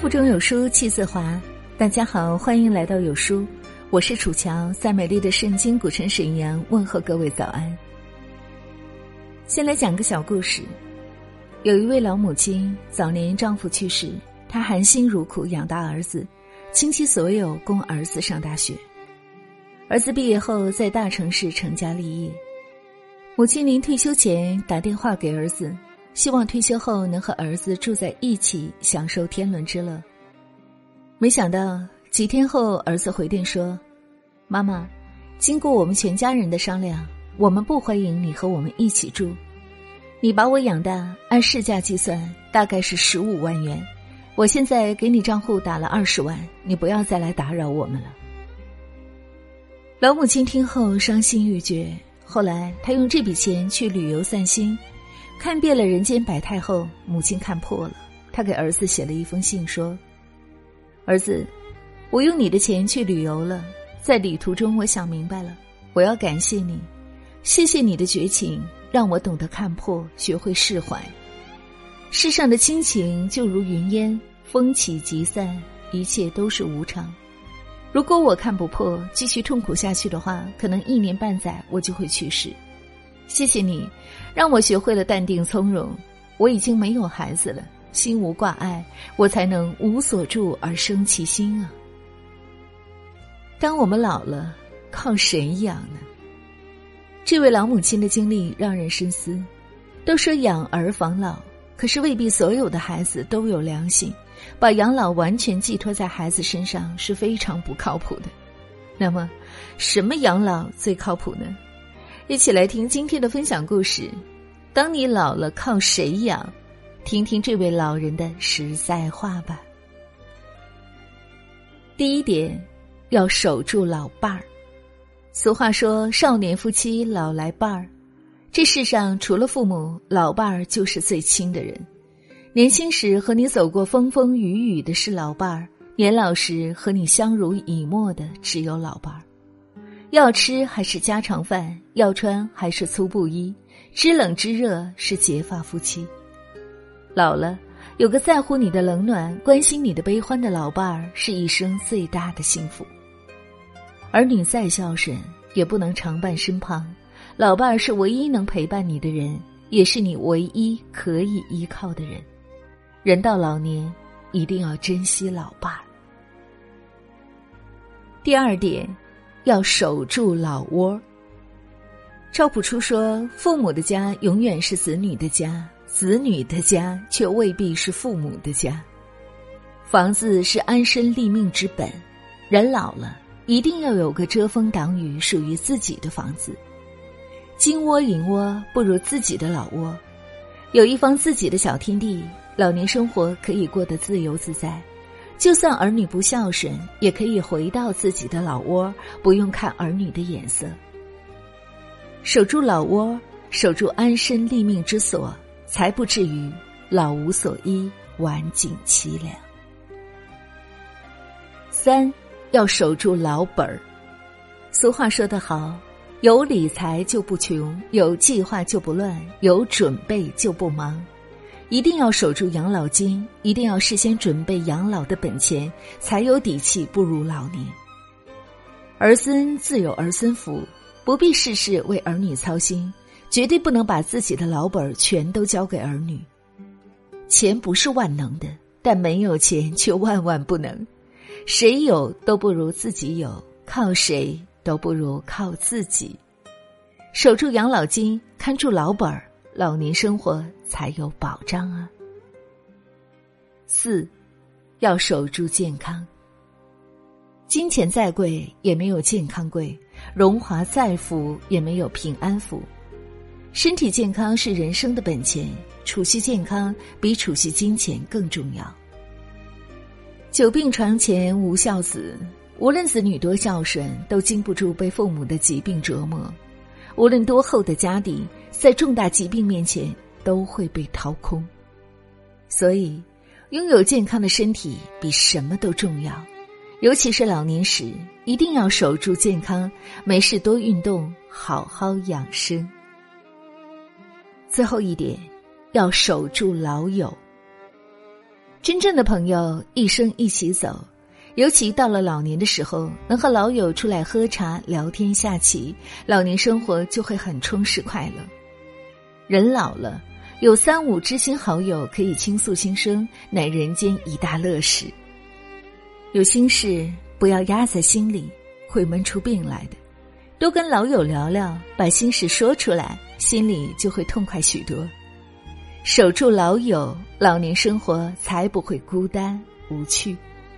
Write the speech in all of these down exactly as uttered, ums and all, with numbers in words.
腹中有书气自华。大家好，欢迎来到有书，我是楚乔，在美丽的圣经古城沈阳问候各位早安。先来讲个小故事。有一位老母亲，早年丈夫去世，她含辛茹苦养大儿子，倾其所有供儿子上大学。儿子毕业后在大城市成家立业，母亲临退休前打电话给儿子，希望退休后能和儿子住在一起，享受天伦之乐。没想到几天后，儿子回电说，妈妈，经过我们全家人的商量，我们不欢迎你和我们一起住。你把我养大，按市价计算大概是十五万元，我现在给你账户打了二十万，你不要再来打扰我们了。老母亲听后伤心欲绝，后来她用这笔钱去旅游散心，看遍了人间百态后，母亲看破了，她给儿子写了一封信说，儿子，我用你的钱去旅游了，在旅途中我想明白了，我要感谢你，谢谢你的绝情，让我懂得看破，学会释怀。世上的亲情就如云烟，风起即散，一切都是无常。如果我看不破，继续痛苦下去的话，可能一年半载我就会去世。谢谢你，让我学会了淡定从容。我已经没有孩子了，心无挂碍，我才能无所住而生其心啊。当我们老了，靠谁养呢？这位老母亲的经历让人深思。都说养儿防老，可是未必所有的孩子都有良心，把养老完全寄托在孩子身上是非常不靠谱的。那么什么养老最靠谱呢？一起来听今天的分享故事。当你老了靠谁养？听听这位老人的实在话吧。第一点，要守住老伴儿。俗话说，少年夫妻老来伴儿。这世上除了父母，老伴儿就是最亲的人。年轻时和你走过风风雨雨的是老伴儿，年老时和你相濡以沫的只有老伴儿。要吃还是家常饭，要穿还是粗布衣，知冷知热是结发夫妻。老了，有个在乎你的冷暖，关心你的悲欢的老伴儿，是一生最大的幸福。儿女再孝顺，也不能常伴身旁，老伴儿是唯一能陪伴你的人，也是你唯一可以依靠的人。人到老年，一定要珍惜老伴儿。第二点，要守住老窝。赵朴初说，父母的家永远是子女的家，子女的家却未必是父母的家。房子是安身立命之本，人老了一定要有个遮风挡雨属于自己的房子。金窝银窝不如自己的老窝，有一方自己的小天地，老年生活可以过得自由自在。就算儿女不孝顺，也可以回到自己的老窝，不用看儿女的眼色。守住老窝，守住安身立命之所，才不至于老无所依，晚景凄凉。三，要守住老本儿。俗话说得好，有理财就不穷，有计划就不乱，有准备就不忙。一定要守住养老金，一定要事先准备养老的本钱，才有底气步入老年。儿孙自有儿孙福，不必事事为儿女操心，绝对不能把自己的老本全都交给儿女。钱不是万能的，但没有钱却万万不能。谁有都不如自己有，靠谁都不如靠自己。守住养老金，看住老本儿，老年生活才有保障啊。四，要守住健康。金钱再贵也没有健康贵，荣华再富也没有平安富。身体健康是人生的本钱，储蓄健康比储蓄金钱更重要。久病床前无孝子，无论子女多孝顺，都经不住被父母的疾病折磨。无论多厚的家底，在重大疾病面前都会被掏空。所以拥有健康的身体比什么都重要，尤其是老年时，一定要守住健康，没事多运动，好好养生。最后一点，要守住老友。 真正的朋友一生一起走，尤其到了老年的时候，能和老友出来喝茶聊天下棋，老年生活就会很充实快乐。人老了，有三五知心好友可以倾诉心声，乃人间一大乐事。有心事不要压在心里，会闷出病来的。多跟老友聊聊，把心事说出来，心里就会痛快许多。守住老友，老年生活才不会孤单无趣。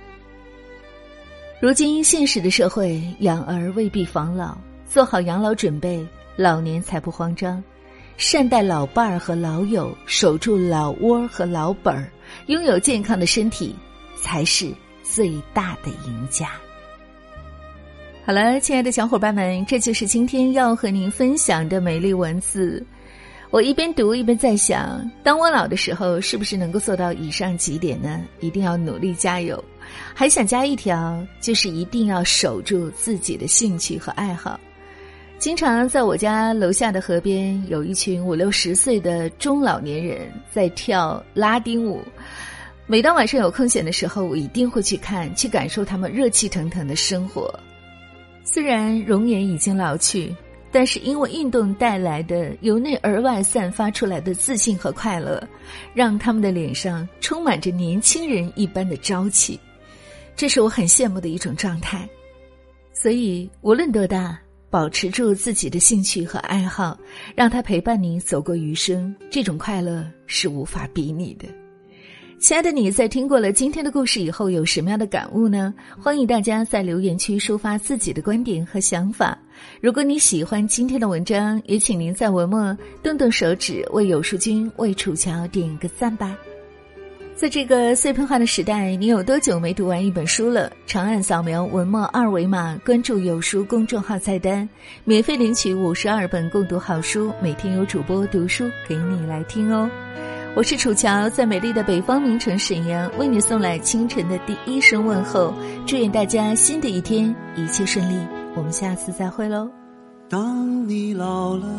如今现实的社会，养儿未必防老，做好养老准备，老年才不慌张。善待老伴儿和老友，守住老窝和老本儿，拥有健康的身体，才是最大的赢家。好了，亲爱的小伙伴们，这就是今天要和您分享的美丽文字。我一边读一边在想，当我老的时候，是不是能够做到以上几点呢？一定要努力加油。还想加一条，就是一定要守住自己的兴趣和爱好。经常在我家楼下的河边，有一群五六十岁的中老年人在跳拉丁舞。每当晚上有空闲的时候，我一定会去看，去感受他们热气腾腾的生活。虽然容颜已经老去，但是因为运动带来的由内而外散发出来的自信和快乐，让他们的脸上充满着年轻人一般的朝气，这是我很羡慕的一种状态。所以无论多大，保持住自己的兴趣和爱好，让它陪伴你走过余生，这种快乐是无法比拟的。亲爱的你，在听过了今天的故事以后，有什么样的感悟呢？欢迎大家在留言区抒发自己的观点和想法。如果你喜欢今天的文章，也请您在文末动动手指，为有书君、为楚乔点个赞吧。在这个碎片化的时代，你有多久没读完一本书了？长按扫描文末二维码，关注有书公众号菜单，免费领取五十二本共读好书，每天有主播读书给你来听哦。我是楚乔，在美丽的北方名城沈阳，为你送来清晨的第一声问候，祝愿大家新的一天一切顺利，我们下次再会喽。 当你老了，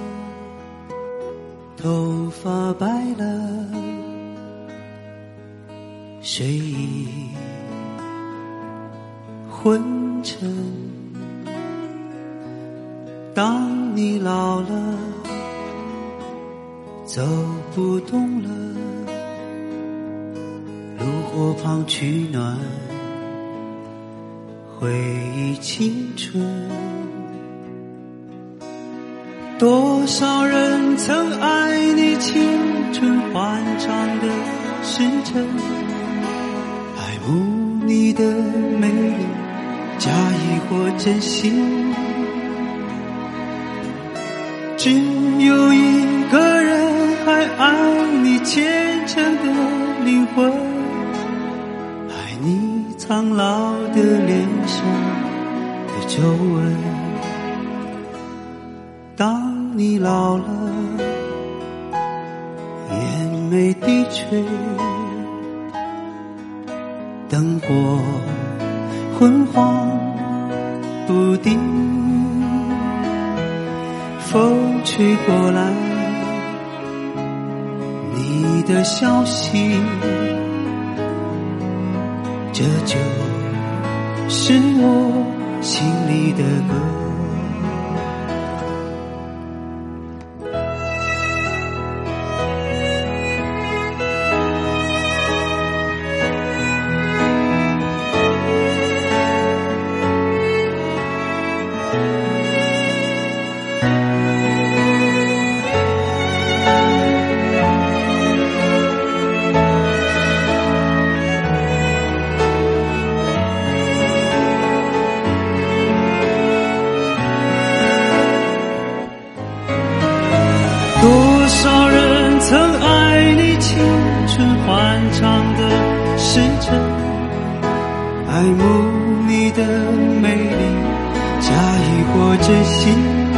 头发白了，睡意昏沉，当你老了，走不动了，炉火旁取暖，回忆青春。多少人曾爱你青春欢畅的时辰，爱慕你的美丽，假意或真心，只有一个人还爱你虔诚的灵魂，爱你苍老的脸上的皱纹。当你老了，眼眉低垂，灯火昏黄不定，风吹过来你的消息，这就是我心里的歌。多少人曾爱你青春欢畅的时辰，爱慕你的美丽，假意或真心，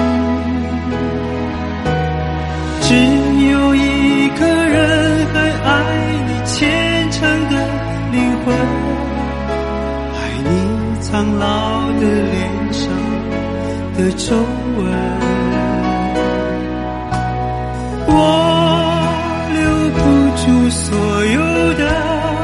只有一个人还爱你虔诚的灵魂，爱你苍老的脸上的皱纹。我留不住所有的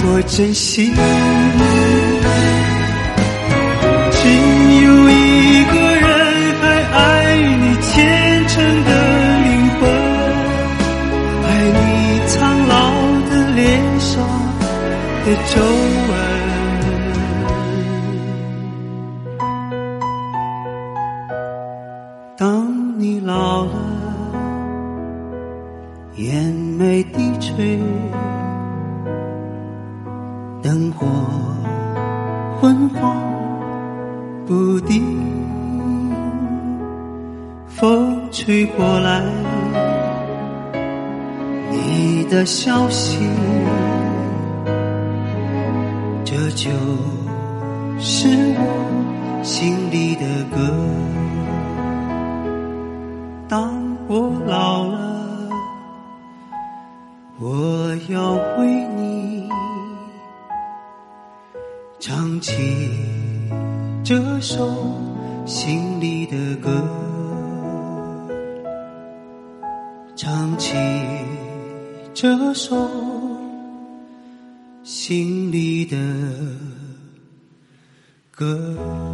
我珍惜。只有一个人还爱你虔诚的灵魂，爱你苍老的脸上的皱纹。当你老了，眼眉低垂，灯火昏黄不定，风吹过来你的消息，这就是我心里的歌。当我老了，我要为你唱起这首心里的歌，唱起这首心里的歌。